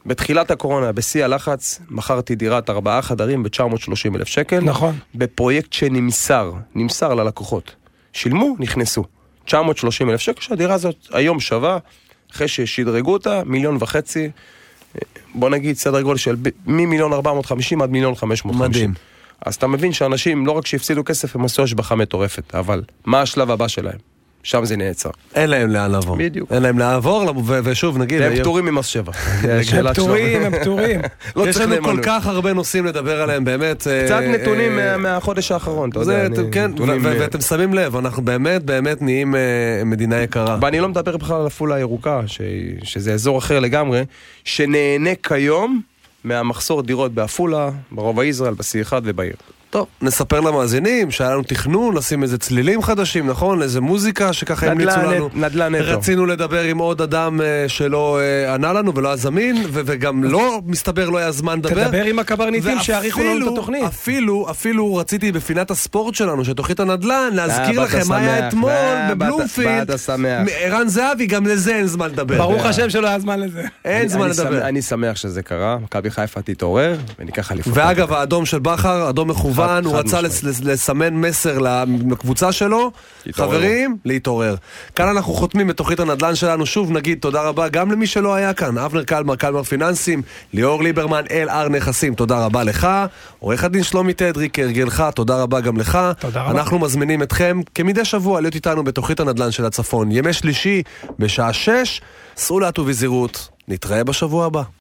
בתחילת הקורונה, בשיא הלחץ, מכרתי דירת 4 חדרים ב-930,000 שקל. נכון. בפרויקט נמסר ללקוחות. שילמו, נכנסו. 930,000 שקל, שהדירה הזאת היום שווה, אחרי ששדרגו אותה, 1.5 מיליון, בוא נגיד סדר גודל של מ-1,450,000 עד 1,550,000. מדהים. אז אתה מבין שאנשים לא רק שהפסידו כסף, הם עשו השבחה מטורפת, אבל מה השלב הבא שלהם? שם זה נעצר. אין להם לאן לעבור. בדיוק. אין להם לעבור, ושוב נגיד... והם פטורים ממס שבח. הם פטורים. יש לנו כל כך הרבה נושאים לדבר עליהם, באמת... קצת נתונים מהחודש האחרון, אתה יודע. כן, ואתם שמים לב, אנחנו באמת נהיים מדינה יקרה. ואני לא מדבר בכלל על עפולה הירוקה, שזה אזור אחר לגמרי, שנהנה כיום מהמחסור דירות בעפולה, ברובע ישראל, ב-C1 ובעיר. טוב, נספר למאזינים שהיה לנו תכנון, לשים איזה צלילים חדשים, נכון? איזה מוזיקה שככה המליצו לנו. נדל"ן נטו. רצינו לדבר עם עוד אדם שלא ענה לנו ולא היה זמין, וגם לא, מסתבר לא היה זמן לדבר. תדבר עם הקברניטים שיעריכו לנו את התוכנית. אפילו רציתי בפינת הספורט שלנו, שתוכנית הנדל"ן, להזכיר לכם מה היה אתמול בבלומפילד. ערן זהבי, גם לזה אין זמן לדבר. ברוך השם שלא היה זמן לזה. אין זמן לדבר. אני שמח שזה קרה, מכבי חיפה תתעורר, וניקח אליפות. ואגב, האדום של בכר, אדום מכוון, הוא רצה לסמן מסר לקבוצה שלו, חברים, להתעורר. כאן אנחנו חותמים את תוכנית הנדל"ן שלנו, שוב נגיד תודה רבה גם למי שלא היה כאן, אבנר קלמר פיננסים, ליאור ליברמן, LR נכסים, תודה רבה לך, עורך הדין שלומי תדרי, כהרגלך, תודה רבה גם לך. אנחנו מזמינים אתכם כמדי שבוע להיות איתנו בתוכנית הנדל"ן של הצפון, ימי שלישי בשעה 6, סעו לאט ובזהירות, נתראה בשבוע הבא.